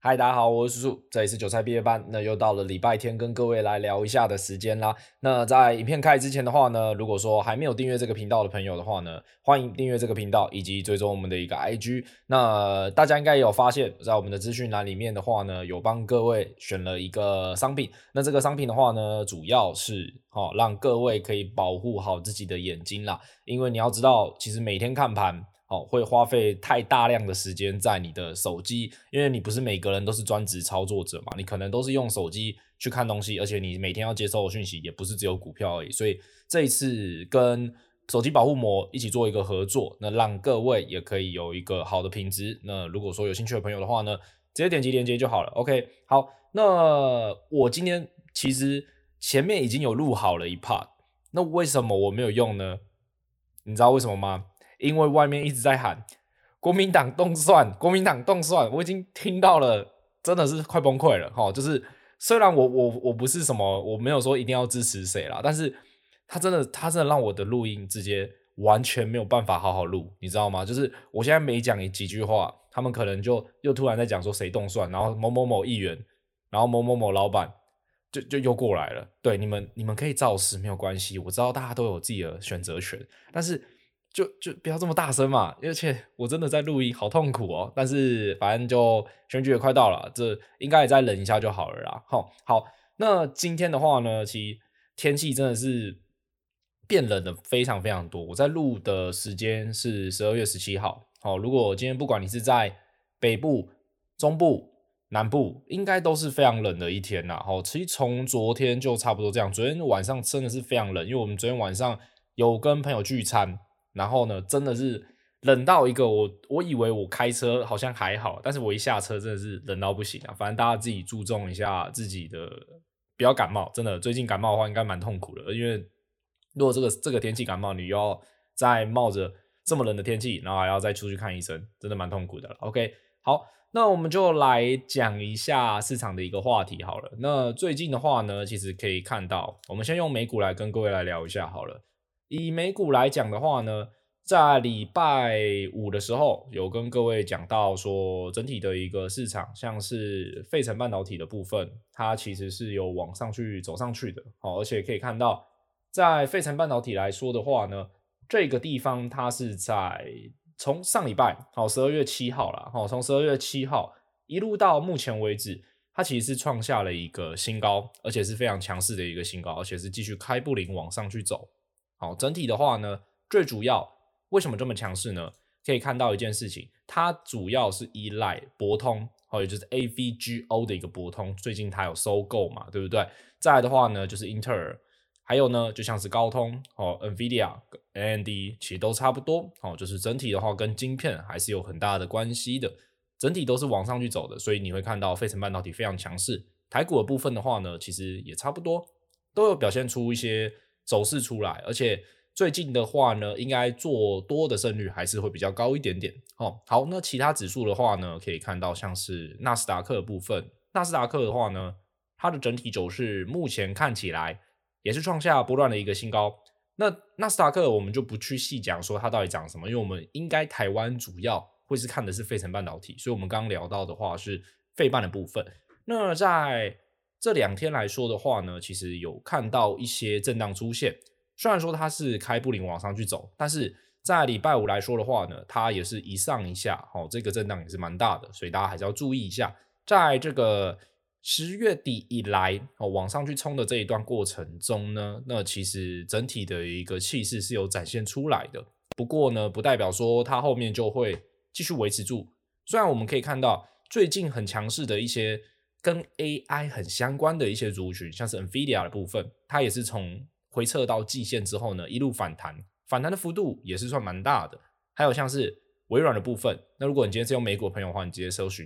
嗨，大家好，我是叔叔，这里是韭菜毕业班。那又到了礼拜天跟各位来聊一下的时间啦。那在影片开始之前的话呢，如果说还没有订阅这个频道的朋友的话呢，欢迎订阅这个频道以及追踪我们的一个 IG。那大家应该也有发现，在我们的资讯栏里面的话呢，有帮各位选了一个商品。那这个商品的话呢，主要是让各位可以保护好自己的眼睛啦。因为你要知道，其实每天看盘会花费太大量的时间在你的手机，因为你不是每个人都是专职操作者嘛，你可能都是用手机去看东西，而且你每天要接收的讯息也不是只有股票而已，所以这一次跟手机保护膜一起做一个合作，那让各位也可以有一个好的品质。那如果说有兴趣的朋友的话呢，直接点击连结就好了。OK， 好，那我今天其实前面已经有录好了一 part， 那为什么我没有用呢？你知道为什么吗？因为外面一直在喊国民党动算，国民党动算，我已经听到了，真的是快崩溃了哈。就是虽然我不是什么，我没有说一定要支持谁啦，但是他真的让我的录音直接完全没有办法好好录，你知道吗？就是我现在每讲几句话，他们可能就又突然在讲说谁动算，然后某某某议员，然后某某某老板。就又过来了，对你们可以造势没有关系，我知道大家都有自己的选择权，但是就不要这么大声嘛，而且我真的在录音，好痛苦哦。但是反正就选举也快到了，这应该也再忍一下就好了啦。好，那今天的话呢，其实天气真的是变冷的非常非常多。我在录的时间是12月17号，如果今天不管你是在北部、中部、南部应该都是非常冷的一天啦。其实从昨天就差不多这样，昨天晚上真的是非常冷，因为我们昨天晚上有跟朋友聚餐，然后呢真的是冷到一个我以为我开车好像还好，但是我一下车真的是冷到不行啊。反正大家自己注重一下自己的，不要感冒，真的最近感冒的话应该蛮痛苦的，因为如果这个天气感冒，你又要再冒着这么冷的天气，然后还要再出去看医生，真的蛮痛苦的了。OK， 好。那我们就来讲一下市场的一个话题好了。那最近的话呢，其实可以看到，我们先用美股来跟各位来聊一下好了。以美股来讲的话呢，在礼拜五的时候，有跟各位讲到说，整体的一个市场，像是费城半导体的部分，它其实是有往上去走上去的。而且可以看到，在费城半导体来说的话呢，这个地方它是在从上礼拜12月7号啦，从12月7号一路到目前为止，它其实是创下了一个新高，而且是非常强势的一个新高，而且是继续开布林往上去走。好，整体的话呢，最主要为什么这么强势呢？可以看到一件事情，它主要是依赖博通，也就是 AVGO 的一个博通，最近它有收购嘛，对不对？再来的话呢，就是英特尔。还有呢，就像是高通、NVIDIA、AMD 其实都差不多，就是整体的话跟晶片还是有很大的关系的，整体都是往上去走的，所以你会看到费城半导体非常强势。台股的部分的话呢，其实也差不多，都有表现出一些走势出来，而且最近的话呢，应该做多的胜率还是会比较高一点点。好，那其他指数的话呢，可以看到像是纳斯达克的部分，纳斯达克的话呢，它的整体走势目前看起来也是创下不断的一个新高。那纳斯达克我们就不去细讲说它到底涨什么，因为我们应该台湾主要会是看的是费城半导体，所以我们刚刚聊到的话是费半的部分。那在这2天来说的话呢，其实有看到一些震荡出现，虽然说它是开布林往上去走，但是在礼拜五来说的话呢，它也是一上一下，这个震荡也是蛮大的，所以大家还是要注意一下，在这个10月底以来往上去冲的这一段过程中呢，那其实整体的一个气势是有展现出来的。不过呢，不代表说它后面就会继续维持住。虽然我们可以看到最近很强势的一些跟 AI 很相关的一些族群，像是 NVIDIA 的部分，它也是从回撤到季线之后呢，一路反弹，反弹的幅度也是算蛮大的。还有像是微软的部分，那如果你今天是用美股的朋友的话，你直接搜寻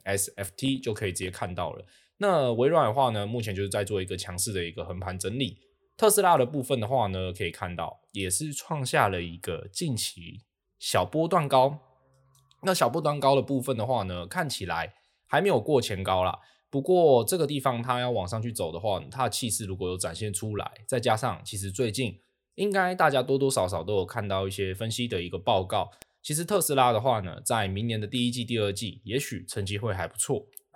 MSFT 就可以直接看到了。那微软的话呢，目前就是在做一个强势的一个横盘整理。特斯拉的部分的话呢，可以看到也是创下了一个近期小波段高。那小波段高的部分的话呢，看起来还没有过前高啦。不过这个地方它要往上去走的话，它的气势如果有展现出来，再加上其实最近应该大家多多少少都有看到一些分析的一个报告，其实特斯拉的话呢，在明年的第1季、第2季，也许成绩会还不错。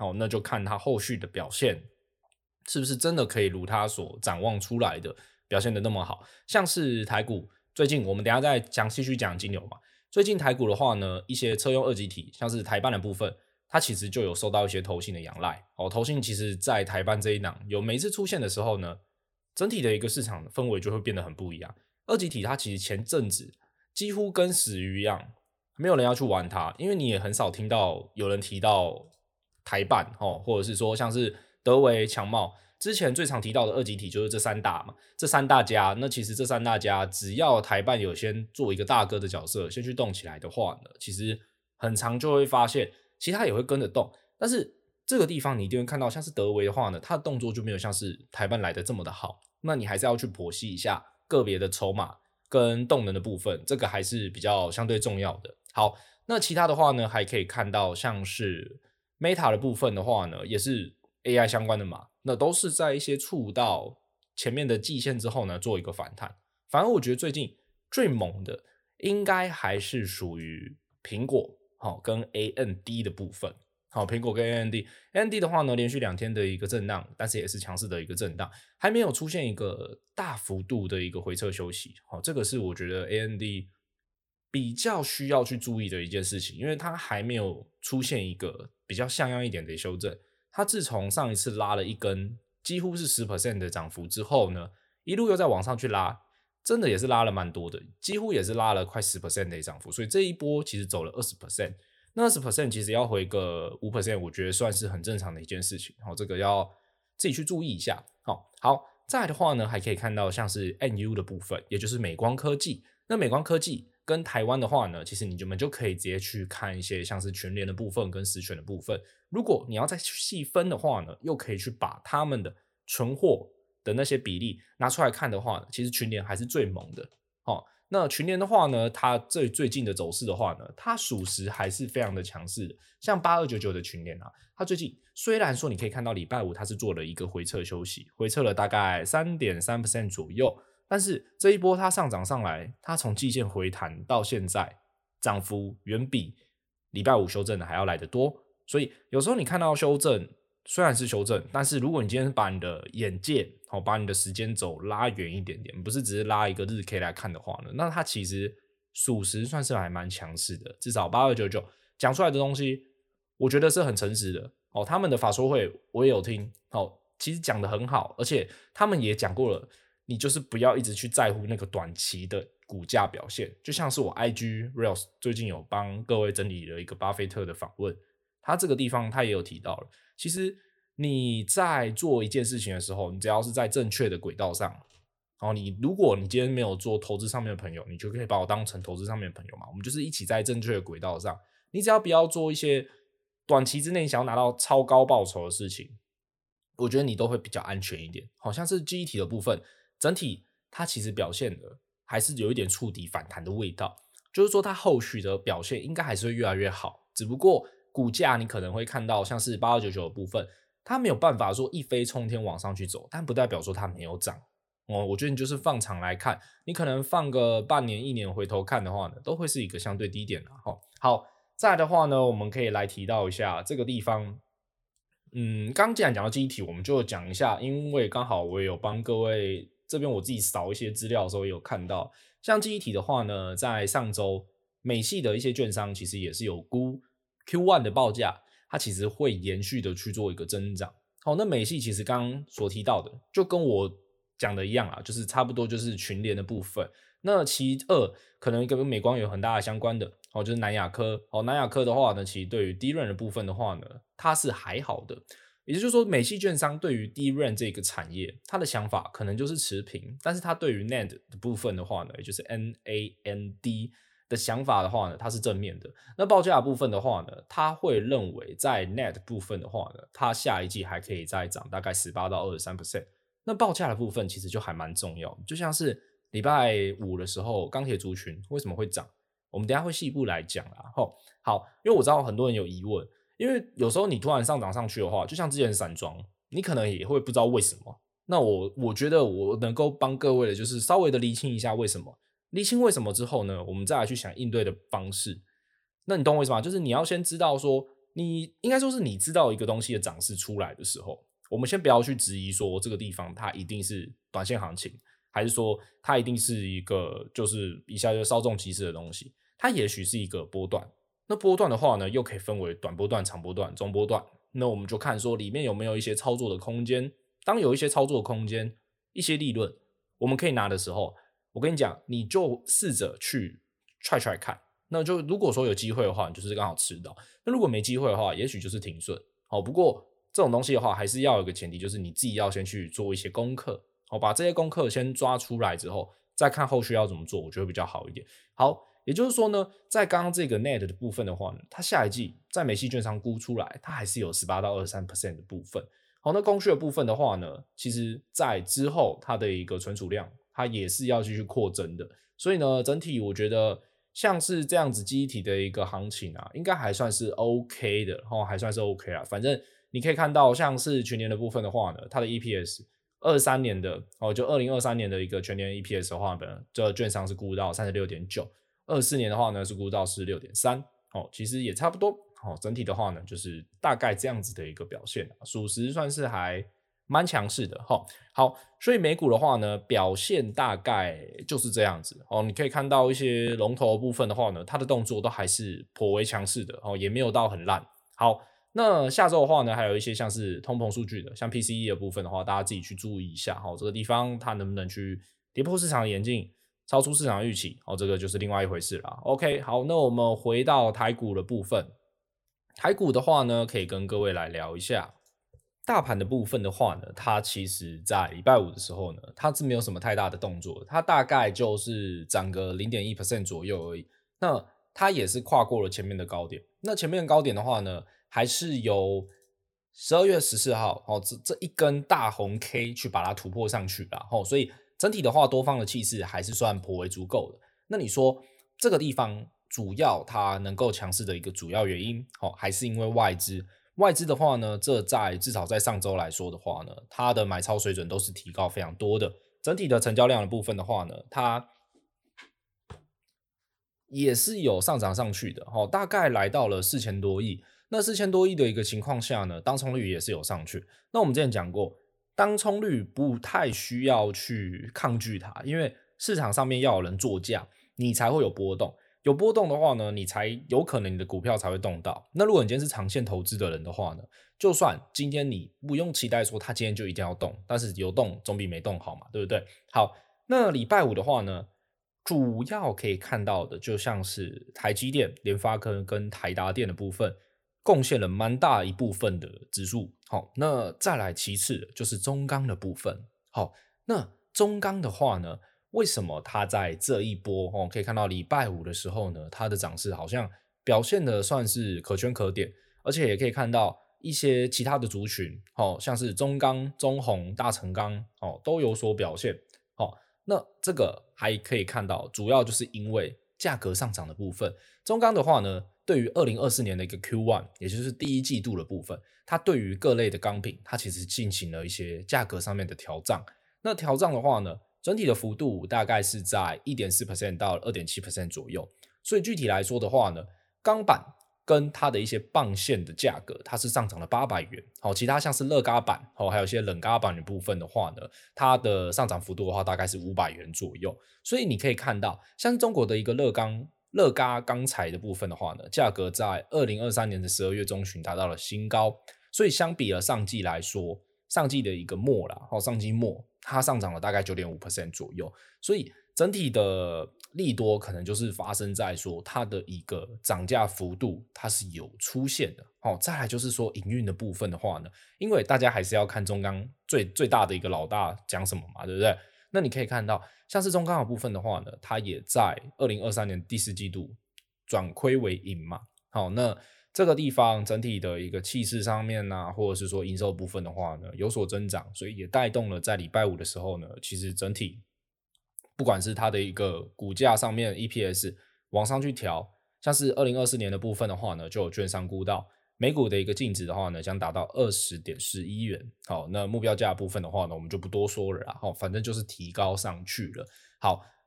那就看它后续的表现是不是真的可以如它所展望出来的表现的那么好。像是台股最近我们等一下再详细去讲金牛嘛，最近台股的话呢，一些车用二极体像是台半的部分，它其实就有受到一些投信的仰赖投信其实在台半这一档有每一次出现的时候呢，整体的一个市场氛围就会变得很不一样。二极体它其实前阵子几乎跟死鱼一样，没有人要去玩它，因为你也很少听到有人提到台半或者是说像是德微、强茂，之前最常提到的二极体就是这三大嘛，这三大家，那其实这三大家只要台半有先做一个大哥的角色，先去动起来的话呢，其实很常就会发现其他也会跟着动，但是这个地方你一定会看到，像是德微的话呢，它的动作就没有像是台半来的这么的好，那你还是要去剖析一下个别的筹码跟动能的部分，这个还是比较相对重要的。好，那其他的话呢，还可以看到像是 Meta 的部分的话呢，也是 AI 相关的嘛，那都是在一些触到前面的季线之后呢，做一个反弹。反而我觉得最近最猛的应该还是属于苹果跟 AMD 的部分。好，苹果跟 AMD 的话呢，连续2天的一个震荡，但是也是强势的一个震荡，还没有出现一个大幅度的一个回撤休息。好，这个是我觉得 AMD 比较需要去注意的一件事情，因为它还没有出现一个比较像样一点的修正。它自从上一次拉了一根几乎是 10% 的涨幅之后呢，一路又再往上去拉，真的也是拉了蛮多的，几乎也是拉了快 10% 的涨幅，所以这一波其实走了 20%。那 20% 其实要回个 5%， 我觉得算是很正常的一件事情。这个要自己去注意一下。好，再来的话呢，还可以看到像是 NU 的部分，也就是美光科技。那美光科技跟台湾的话呢，其实你们就可以直接去看一些像是群联的部分跟实权的部分。如果你要再细分的话呢，又可以去把他们的存货的那些比例拿出来看的话呢，其实群联还是最猛的。那群联的话呢，它最近的走势的话呢，它属实还是非常的强势的。像8299的群联啊，它最近虽然说你可以看到礼拜五它是做了一个回撤休息，回撤了大概 3.3% 左右，但是这一波它上涨上来，它从季线回弹到现在，涨幅远比礼拜五修正的还要来得多。所以有时候你看到修正虽然是修正，但是如果你今天把你的眼界把你的时间轴拉远一点点，不是只是拉一个日 K 来看的话呢，那它其实属实算是还蛮强势的，至少8299讲出来的东西我觉得是很诚实的他们的法说会我也有听其实讲得很好，而且他们也讲过了，你就是不要一直去在乎那个短期的股价表现，就像是我 IG Reels 最近有帮各位整理了一个巴菲特的访问，他这个地方他也有提到了，其实你在做一件事情的时候，你只要是在正确的轨道上如果你今天没有做投资上面的朋友，你就可以把我当成投资上面的朋友嘛，我们就是一起在正确的轨道上，你只要不要做一些短期之内想要拿到超高报酬的事情，我觉得你都会比较安全一点。好像是记忆体的部分，整体它其实表现的还是有一点触底反弹的味道，就是说它后续的表现应该还是会越来越好，只不过股价你可能会看到像是8299的部分，它没有办法说一飞冲天往上去走，但不代表说它没有涨我觉得你就是放长来看，你可能放个半年1年回头看的话呢，都会是一个相对低点好，再来的话呢，我们可以来提到一下这个地方刚既然讲到记忆体，我们就讲一下，因为刚好我也有帮各位这边我自己扫一些资料的时候也有看到，像记忆体的话呢，在上周美系的一些券商其实也是有估 Q1 的报价，它其实会延续的去做一个增长。那美系其实刚刚所提到的，就跟我讲的一样啦，就是差不多就是群联的部分。那其二可能跟美光有很大的相关的就是南亚科南亚科的话呢，其实对于 DRAM 的部分的话呢，它是还好的，也就是说美系券商对于 DRAM 这个产业它的想法可能就是持平，但是它对于 NAND 的部分的话呢，也就是 NAND 的想法的话呢，它是正面的。那报价的部分的话呢，他会认为在 NAND 部分的话呢，它下一季还可以再涨大概18%到23%。那报价的部分其实就还蛮重要，就像是礼拜五的时候钢铁族群为什么会涨，我们等一下会细部来讲啦好，因为我知道很多人有疑问，因为有时候你突然上涨上去的话，就像之前散装，你可能也会不知道为什么。那我觉得我能够帮各位的就是稍微的厘清一下为什么，厘清为什么之后呢，我们再来去想应对的方式。那你懂我意思吗？就是你要先知道说你应该说是你知道一个东西的涨势出来的时候，我们先不要去质疑说这个地方它一定是短线行情，还是说它一定是一个就是一下就稍纵即逝的东西，它也许是一个波段。那波段的话呢，又可以分为短波段、长波段、中波段。那我们就看说里面有没有一些操作的空间。当有一些操作的空间、一些利润，我们可以拿的时候，我跟你讲，你就试着去try看。那就如果说有机会的话，你就是刚好吃到；那如果没机会的话，也许就是停损。好，不过这种东西的话，还是要有一个前提，就是你自己要先去做一些功课。好，把这些功课先抓出来之后，再看后续要怎么做，我觉得比较好一点。好，也就是说呢，在刚刚这个 net 的部分的话呢，它下一季在美系券商估出来，它还是有18到23% 的部分。好，那供需的部分的话呢，其实在之后它的一个存储量，它也是要继续扩增的。所以呢，整体我觉得像是这样子记忆体的一个行情啊，应该还算是 OK 的，还算是 OK 啊。反正你可以看到，像是全年的部分的话呢，它的 EPS 23年的就2023年的一个全年 EPS 的话呢，这券商是估到 36.9，24年的话呢是估到是 6.3，其实也差不多。整体的话呢，就是大概这样子的一个表现，属实算是还蛮强势的。好，所以美股的话呢，表现大概就是这样子。你可以看到一些龙头的部分的话呢，它的动作都还是颇为强势的，也没有到很烂。好，那下周的话呢，还有一些像是通膨数据的，像 PCE 的部分的话，大家自己去注意一下。这个地方它能不能去跌破市场的眼镜，超出市场的预期，这个就是另外一回事啦。OK， 好，那我们回到台股的部分。台股的话呢，可以跟各位来聊一下大盘的部分的话呢，它其实在礼拜五的时候呢，它是没有什么太大的动作，它大概就是涨个 0.1% 左右而已。那它也是跨过了前面的高点。那前面的高点的话呢，还是由12月14号这一根大红 K 去把它突破上去啦。所以整体的话，多方的气势还是算颇为足够的。那你说这个地方主要它能够强势的一个主要原因，还是因为外资。外资的话呢，这至少在上周来说的话呢，它的买超水准都是提高非常多的。整体的成交量的部分的话呢，它也是有上涨上去的，大概来到了4000多亿。那4000多亿的一个情况下呢，当冲率也是有上去。那我们之前讲过，当冲率不太需要去抗拒它，因为市场上面要有人做价，你才会有波动。有波动的话呢，你才有可能你的股票才会动到。那如果你今天是长线投资的人的话呢，就算今天你不用期待说它今天就一定要动，但是有动总比没动好嘛，对不对？好，那礼拜五的话呢，主要可以看到的就像是台积电、联发科跟台达电的部分，贡献了蛮大一部分的指数。好，那再来其次的就是中钢的部分。好，那中钢的话呢，为什么它在这一波可以看到礼拜五的时候呢，它的涨势好像表现的算是可圈可点，而且也可以看到一些其他的族群，像是中钢、中红、大成钢都有所表现。那这个还可以看到，主要就是因为价格上涨的部分。中钢的话呢，对于2024年的一个 Q1， 也就是第一季度的部分，它对于各类的钢品，它其实进行了一些价格上面的调涨。那调涨的话呢，整体的幅度大概是在 1.4% 到 2.7% 左右。所以具体来说的话呢，钢板跟它的一些棒线的价格，它是上涨了800元。其他像是乐嘎板，还有一些冷嘎板的部分的话呢，它的上涨幅度的话大概是500元左右。所以你可以看到，像中国的一个乐嘎钢材的部分的话呢，价格在2023年的12月中旬达到了新高。所以相比了上季来说，上季的一个末啦，上季末它上涨了大概 9.5% 左右。所以整体的利多可能就是发生在说它的一个涨价幅度它是有出现的。再来就是说营运的部分的话呢，因为大家还是要看中钢最大的一个老大讲什么嘛，对不对？那你可以看到像是中钢的部分的话呢，它也在2023年第4季度转亏为盈嘛。好，那这个地方整体的一个气势上面啊，或者是说营收部分的话呢，有所增长，所以也带动了在礼拜五的时候呢，其实整体不管是它的一个股价上面 EPS 往上去调，像是2024年的部分的话呢，就有券商估到每股的一个净值的话呢，将达到 20.41 元。好，那目标价部分的话呢，我们就不多说了啦，反正就是提高上去了。好，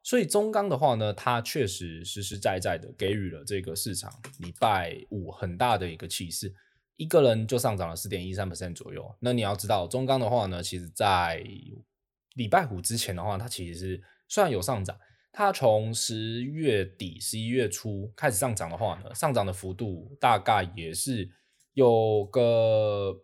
所以中钢的话呢，它确实实实在在的给予了这个市场礼拜五很大的一个气势，一个人就上涨了 4.13% 左右。那你要知道，中钢的话呢，其实在礼拜五之前的话，它其实是虽然有上涨，它从10月底、11月初开始上涨的话呢，上涨的幅度大概也是有个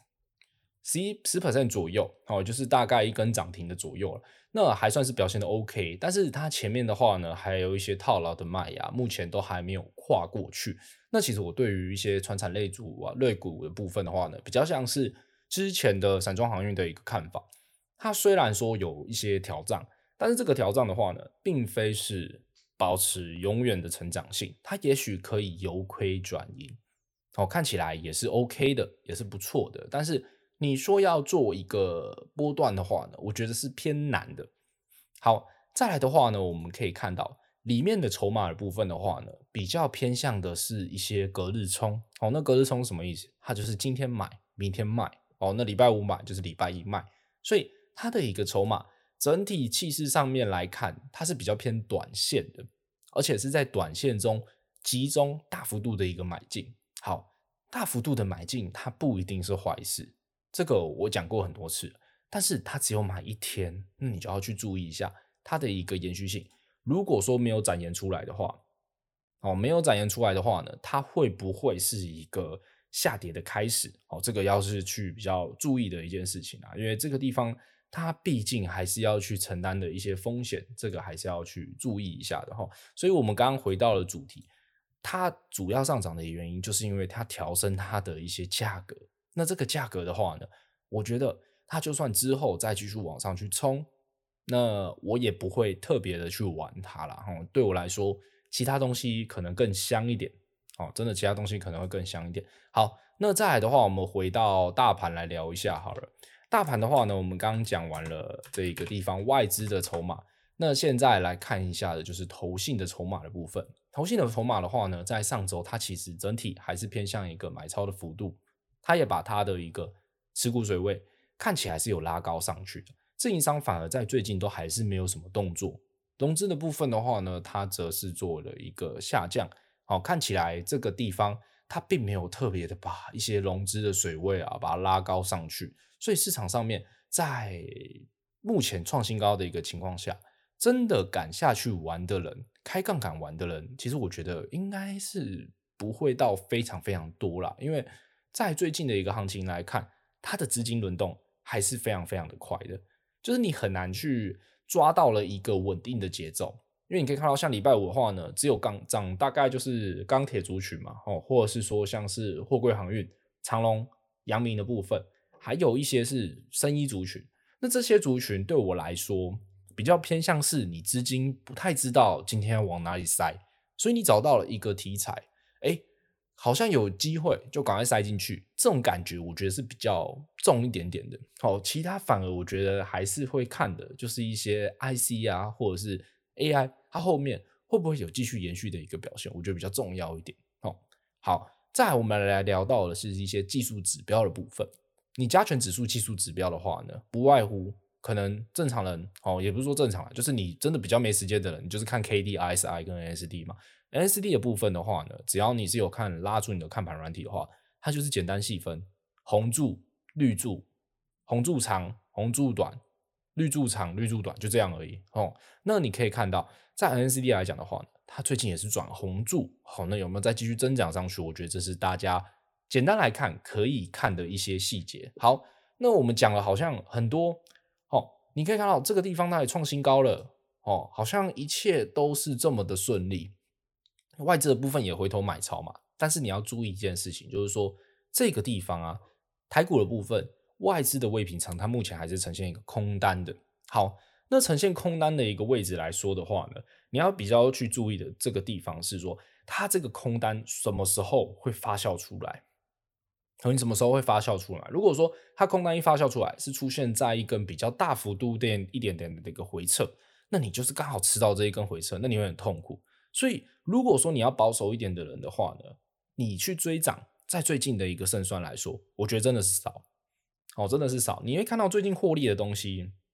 10% 左右，就是大概一根涨停的左右了。那还算是表现的 OK，但是它前面的话呢，还有一些套牢的卖压，目前都还没有跨过去。那其实我对于一些传产类组啊、类股的部分的话呢，比较像是之前的散装航运的一个看法。它虽然说有一些调涨，但是这个调涨的话呢，并非是保持永远的成长性，它也许可以由亏转盈。看起来也是 OK 的，也是不错的。但是你说要做一个波段的话呢，我觉得是偏难的。好，再来的话呢，我们可以看到里面的筹码的部分的话呢，比较偏向的是一些隔日冲。那隔日冲什么意思？它就是今天买，明天卖。那礼拜五买就是礼拜一卖，所以它的一个筹码整体气势上面来看，它是比较偏短线的，而且是在短线中集中大幅度的一个买进。好，大幅度的买进，它不一定是坏事，这个我讲过很多次了，但是它只有买一天，那你就要去注意一下它的一个延续性。如果说没有展延出来的话，没有展延出来的话呢，它会不会是一个下跌的开始？这个要是去比较注意的一件事情啊，因为这个地方它毕竟还是要去承担的一些风险，这个还是要去注意一下的哈。所以我们刚刚回到了主题。它主要上涨的原因，就是因为它调升它的一些价格。那这个价格的话呢，我觉得它就算之后再继续往上去冲，那我也不会特别的去玩它啦。对我来说，其他东西可能更香一点。真的其他东西可能会更香一点。好，那再来的话，我们回到大盘来聊一下好了。大盘的话呢，我们刚刚讲完了这个地方外资的筹码，那现在来看一下的就是投信的筹码的部分。投信的筹码的话呢，在上周它其实整体还是偏向一个买超的幅度，它也把它的一个持股水位看起来是有拉高上去的。自营商反而在最近都还是没有什么动作。融资的部分的话呢，它则是做了一个下降。看起来这个地方它并没有特别的把一些融资的水位啊把它拉高上去，所以市场上面在目前创新高的一个情况下，真的敢下去玩的人，开杠杆玩的人，其实我觉得应该是不会到非常非常多啦，因为在最近的一个行情来看，它的资金轮动还是非常非常的快的，就是你很难去抓到了一个稳定的节奏。因为你可以看到，像礼拜五的话呢，只有涨大概就是钢铁族群嘛，或者是说像是货柜航运、长荣、阳明的部分，还有一些是生医族群。那这些族群对我来说，比较偏向是你资金不太知道今天要往哪里塞，所以你找到了一个题材，好像有机会就赶快塞进去，这种感觉我觉得是比较重一点点的。其他反而我觉得还是会看的，就是一些 IC 啊，或者是 AI，它后面会不会有继续延续的一个表现，我觉得比较重要一点。好，再来我们来聊到的是一些技术指标的部分。你加权指数技术指标的话呢，不外乎可能正常人也不是说正常人，就是你真的比较没时间的人，你就是看 KD、RSI 跟 NSD 嘛。NSD 的部分的话呢，只要你是有拉出你的看盘软体的话，它就是简单细分红柱、绿柱、红柱长、红柱短、绿柱长、绿柱短，就这样而已。那你可以看到，在 NSD 来讲的话呢，它最近也是转红柱。那有没有再继续增长上去？我觉得这是大家简单来看可以看的一些细节。好，那我们讲了好像很多，你可以看到这个地方它也创新高了，好像一切都是这么的顺利。外资的部分也回头买超嘛，但是你要注意一件事情，就是说这个地方啊，台股的部分，外资的未平仓，它目前还是呈现一个空单的。好，那呈现空单的一个位置来说的话呢，你要比较去注意的这个地方是说，它这个空单什么时候会发酵出来？你什么时候会发酵出来？如果说它空单一发酵出来，是出现在一根比较大幅度一点点的一个回撤，那你就是刚好吃到这一根回撤，那你会很痛苦。所以，如果说你要保守一点的人的话呢，你去追涨，在最近的一个胜算来说，我觉得真的是少，真的是少。你会看到最近获利的东西，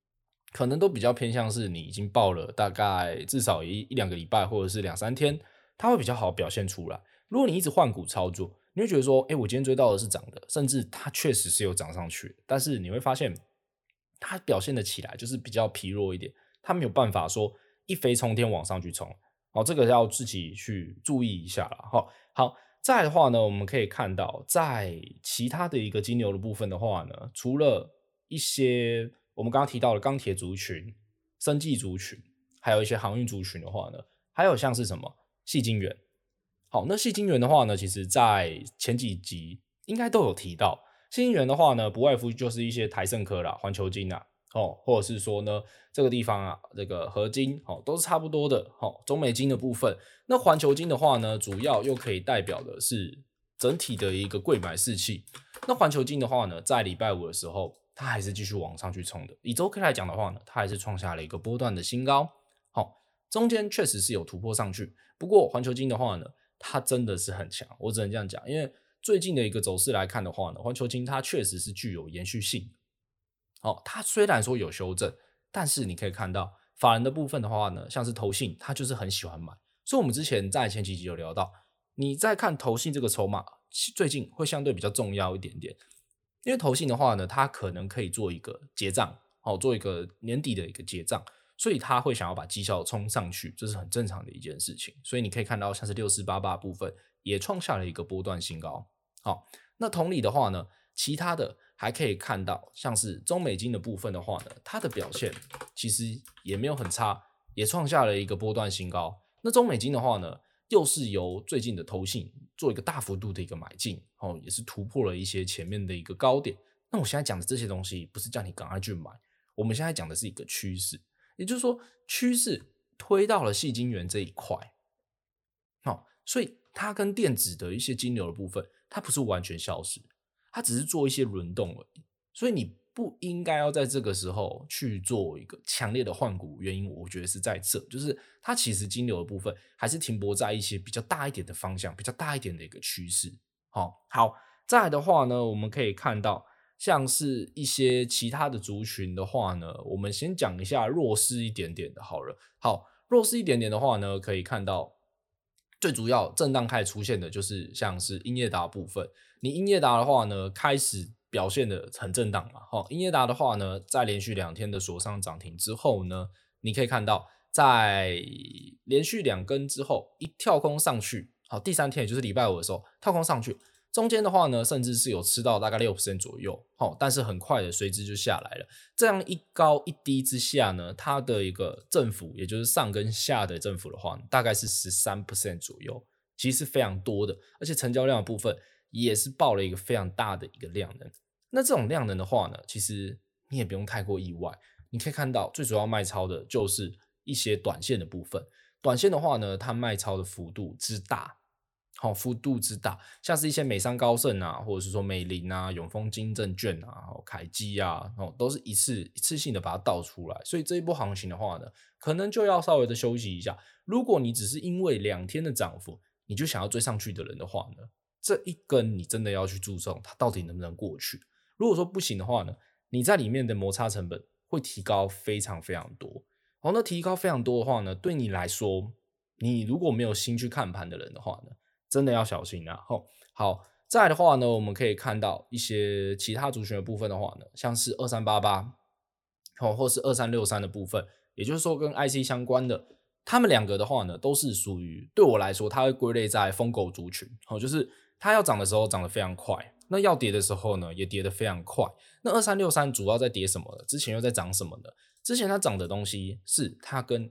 可能都比较偏向是你已经报了大概至少一两个礼拜或者是2-3天，它会比较好表现出来。如果你一直换股操作，你会觉得说，我今天追到的是涨的，甚至它确实是有涨上去的，但是你会发现它表现的起来就是比较疲弱一点，它没有办法说一飞冲天往上去冲。这个要自己去注意一下啦。好，再来的话呢，我们可以看到在其他的一个金流的部分的话呢，除了一些我们刚刚提到的钢铁族群、生技族群，还有一些航运族群的话呢，还有像是什么矽晶圆。好，那矽晶圆的话呢，其实在前几集应该都有提到。矽晶圆的话呢，不外乎就是一些台盛科啦、环球晶啊，或者是说呢，这个地方啊，这个合金都是差不多的。中美晶的部分，那环球晶的话呢，主要又可以代表的是整体的一个贵买士气。那环球晶的话呢，在礼拜五的时候，它还是继续往上去冲的。以周 K 来讲的话呢，它还是创下了一个波段的新高。中间确实是有突破上去，不过环球晶的话呢，它真的是很强，我只能这样讲。因为最近的一个走势来看的话呢，环球晶它确实是具有延续性。它虽然说有修正，但是你可以看到法人的部分的话呢，像是投信，它就是很喜欢买。所以我们之前在前几集有聊到，你在看投信这个筹码，最近会相对比较重要一点点。因为投信的话呢，它可能可以做一个结账，做一个年底的一个结账，所以他会想要把绩效冲上去，这是很正常的一件事情。所以你可以看到像是6488部分也创下了一个波段新高。好，那同理的话呢，其他的还可以看到像是中美金的部分的话呢，它的表现其实也没有很差，也创下了一个波段新高。那中美金的话呢，又是由最近的投信做一个大幅度的一个买进，也是突破了一些前面的一个高点。那我现在讲的这些东西不是叫你赶快去买，我们现在讲的是一个趋势，也就是说趋势推到了矽晶圆这一块。所以它跟电子的一些金流的部分，它不是完全消失，它只是做一些轮动而已。所以你不应该要在这个时候去做一个强烈的换股，原因我觉得是在这，就是它其实金流的部分还是停泊在一些比较大一点的方向，比较大一点的一个趋势。好，再来的话呢，我们可以看到像是一些其他的族群的话呢，我们先讲一下弱势一点点的好了。好，弱势一点点的话呢，可以看到最主要震荡开始出现的就是像是英业达部分。你英业达的话呢，开始表现的很震荡嘛。英业达的话呢，在连续2天的锁上涨停之后呢，你可以看到在连续2根之后一跳空上去，第3天也就是礼拜五的时候跳空上去，中间的话呢，甚至是有吃到大概 6% 左右，但是很快的随之就下来了。这样一高一低之下呢，它的一个振幅，也就是上跟下的振幅的话，大概是 13% 左右，其实是非常多的。而且成交量的部分也是爆了一个非常大的一个量能。那这种量能的话呢，其实你也不用太过意外。你可以看到最主要卖超的就是一些短线的部分。短线的话呢，它卖超的幅度之大，幅度之大，像是一些美商高盛啊，或者是说美林啊、永丰金证券啊、凯基啊，都是一次性的把它倒出来。所以这一波行情的话呢，可能就要稍微的休息一下。如果你只是因为2天的涨幅，你就想要追上去的人的话呢，这一根你真的要去注重它到底能不能过去。如果说不行的话呢，你在里面的摩擦成本会提高非常非常多。那提高非常多的话呢，对你来说，你如果没有心去看盘的人的话呢，真的要小心啊。好，再来的话呢，我们可以看到一些其他族群的部分的话呢，像是2388或是2363的部分，也就是说跟 IC 相关的，他们2个的话呢，都是属于对我来说，它会归类在疯狗族群。就是它要涨的时候涨得非常快，那要跌的时候呢，也跌得非常快。那2363主要在跌什么呢？之前又在涨什么呢？之前它涨的东西是它跟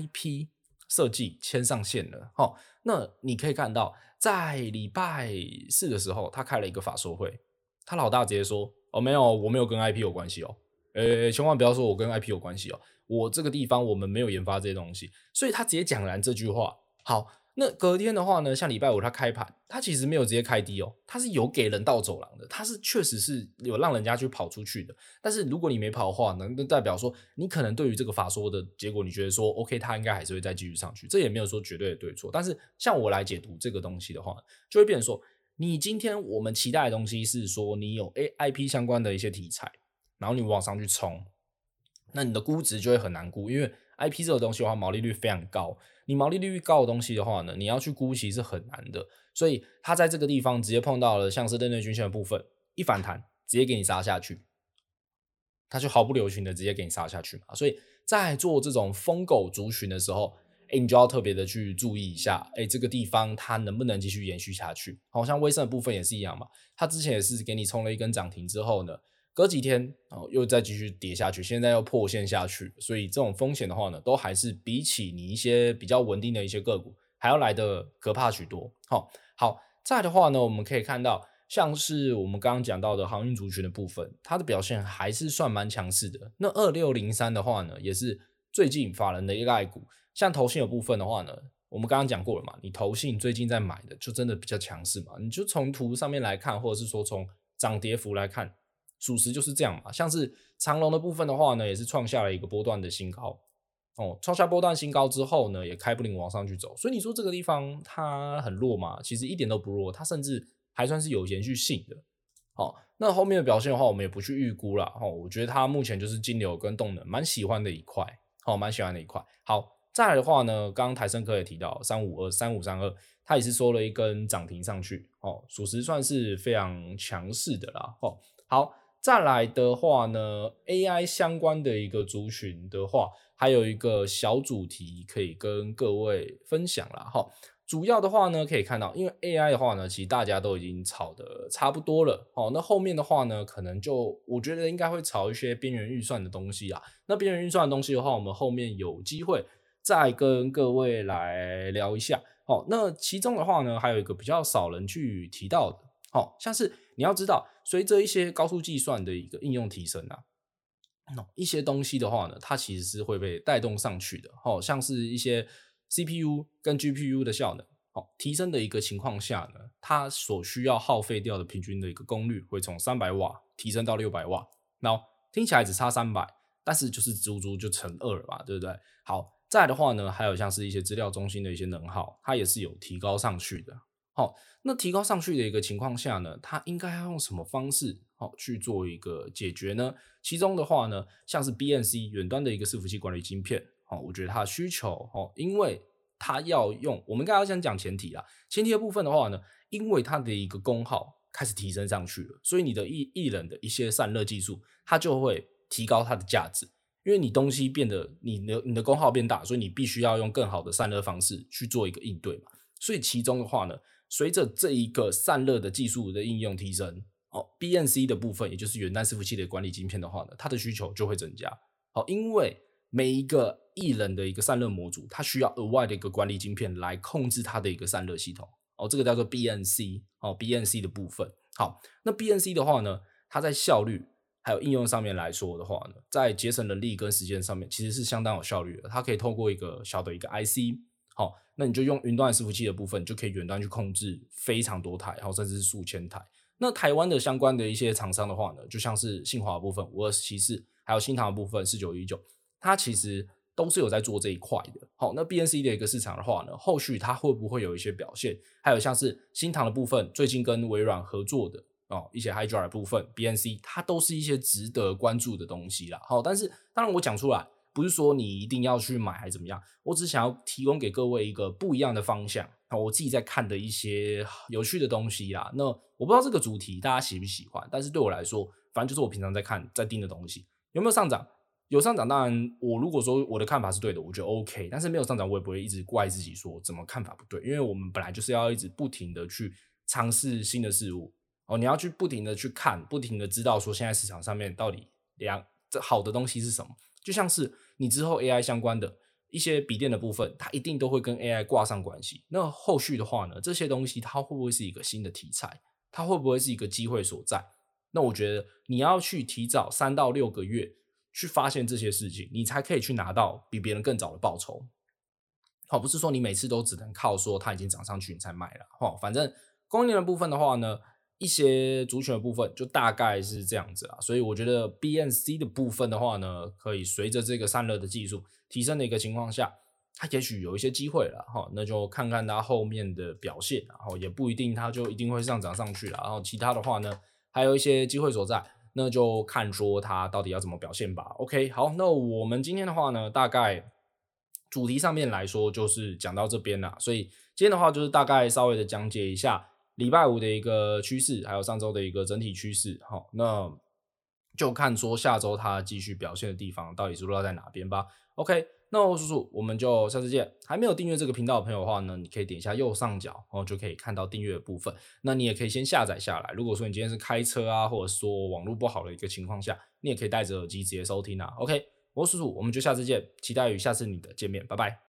IP 设计牵上线了。那你可以看到在礼拜4的时候，他开了一个法说会，他老大直接说，没有，我没有跟 IP 有关系哦。千万不要说我跟 IP 有关系哦，我这个地方我们没有研发这些东西。所以他直接讲完这句话。好，那隔天的话呢，像礼拜五他开盘，他其实没有直接开低哦，他是有给人道走廊的，他是确实是有让人家去跑出去的。但是如果你没跑的话呢，那代表说你可能对于这个法说的结果，你觉得说 OK， 他应该还是会再继续上去，这也没有说绝对的对错。但是像我来解读这个东西的话，就会变成说，你今天我们期待的东西是说你有IP 相关的一些题材，然后你往上去冲。 那你的估值就会很难估，因为 IP 这个东西的话，毛利率非常高。你毛利率高的东西的话呢，你要去估其实是很难的。所以它在这个地方直接碰到了像是认内均线的部分，一反弹直接给你杀下去，它就毫不留情的直接给你杀下去嘛。所以在做这种疯狗族群的时候，你就要特别的去注意一下，这个地方它能不能继续延续下去。好像威盛的部分也是一样嘛，它之前也是给你冲了一根涨停之后呢，隔几天又再继续跌下去，现在又破线下去，所以这种风险的话呢，都还是比起你一些比较稳定的一些个股还要来的可怕许多。好，再来的话呢，我们可以看到像是我们刚刚讲到的航运族群的部分，它的表现还是算蛮强势的。那2603的话呢，也是最近法人的一个爱股。像投信的部分的话呢，我们刚刚讲过了嘛，你投信最近在买的就真的比较强势嘛，你就从图上面来看，或者是说从涨跌幅来看，属实就是这样嘛。像是长荣的部分的话呢，也是创下了一个波段的新高。创下波段新高之后呢，也开不灵往上去走，所以你说这个地方它很弱嘛？其实一点都不弱，它甚至还算是有延续性的。那后面的表现的话，我们也不去预估啦。我觉得它目前就是金流跟动能蛮喜欢的一块，蛮喜欢的一块。好，再来的话呢，刚刚台盛科也提到3532，它也是收了一根涨停上去，属实算是非常强势的啦。好，再来的话呢 ，AI 相关的一个族群的话，还有一个小主题可以跟各位分享啦。主要的话呢，可以看到，因为 AI 的话呢，其实大家都已经炒的差不多了。那后面的话呢，可能就我觉得应该会炒一些边缘预算的东西啦。那边缘预算的东西的话，我们后面有机会再跟各位来聊一下。那其中的话呢，还有一个比较少人去提到的，像是你要知道，随着一些高速计算的一个应用提升啊，一些东西的话呢，它其实是会被带动上去的。像是一些 CPU 跟 GPU 的效能提升的一个情况下呢，它所需要耗费掉的平均的一个功率会从300瓦提升到600瓦。那听起来只差300，但是就是足足就乘2了嘛，对不对？好，再来的话呢，还有像是一些资料中心的一些能耗，它也是有提高上去的。那提高上去的一个情况下呢，它应该要用什么方式去做一个解决呢？其中的话呢，像是 BNC 远端的一个伺服器管理晶片，我觉得它的需求因为它要用，我们应该要先讲前提啦。前提的部分的话呢，因为它的一个功耗开始提升上去了，所以你的液冷的一些散热技术，它就会提高它的价值。因为你东西变得你的功耗变大，所以你必须要用更好的散热方式去做一个应对嘛。所以其中的话呢，随着这一个散热的技术的应用提升，BNC 的部分，也就是远端伺服器的管理晶片的话呢，它的需求就会增加。因为每一个液冷的一个散热模组，它需要额外的一个管理晶片来控制它的一个散热系统。这个叫做 BNC，BNC 的部分。好，那 BNC 的话呢，它在效率还有应用上面来说的话呢，在节省人力跟时间上面其实是相当有效率的。它可以透过一个小的一个 IC，那你就用云端伺服器的部分，就可以远端去控制非常多台，甚至是数千台。那台湾的相关的一些厂商的话呢，就像是信华的部分5274，还有新唐的部分4919，它其实都是有在做这一块的。那 BNC 的一个市场的话呢，后续它会不会有一些表现？还有像是新唐的部分，最近跟微软合作的一些 Hydra 的部分 BNC， 它都是一些值得关注的东西啦。但是当然我讲出来，不是说你一定要去买还是怎么样，我只想要提供给各位一个不一样的方向。我自己在看的一些有趣的东西啦。那我不知道这个主题大家喜不喜欢，但是对我来说，反正就是我平常在看在盯的东西。有没有上涨？有上涨，当然我如果说我的看法是对的，我觉得 OK。但是没有上涨，我也不会一直怪自己说怎么看法不对，因为我们本来就是要一直不停的去尝试新的事物。你要去不停的去看，不停的知道说现在市场上面到底这好的东西是什么。就像是你之后 AI 相关的一些笔电的部分，它一定都会跟 AI 挂上关系。那后续的话呢，这些东西它会不会是一个新的题材？它会不会是一个机会所在？那我觉得你要去提早3到6个月去发现这些事情，你才可以去拿到比别人更早的报酬。不是说你每次都只能靠说它已经涨上去你才买了。反正供应链的部分的话呢，一些族群的部分就大概是这样子啦。所以我觉得 BNC 的部分的话呢，可以随着这个散热的技术提升的一个情况下，它也许有一些机会了。那就看看它后面的表现，然后也不一定它就一定会上涨上去了。然后其他的话呢，还有一些机会所在。 那就看说它到底要怎么表现吧。OK， 好，那我们今天的话呢，大概主题上面来说就是讲到这边啦，所以今天的话就是大概稍微的讲解一下礼拜五的一个趋势，还有上周的一个整体趋势。好，那就看说下周它继续表现的地方到底是落在哪边吧。OK，那我叔叔，我们就下次见。还没有订阅这个频道的朋友的话呢，你可以点一下右上角，就可以看到订阅的部分。那你也可以先下载下来。如果说你今天是开车啊，或者说网络不好的一个情况下，你也可以戴着耳机直接收听啊。OK，我是叔叔，我们就下次见，期待与下次你的见面，拜拜。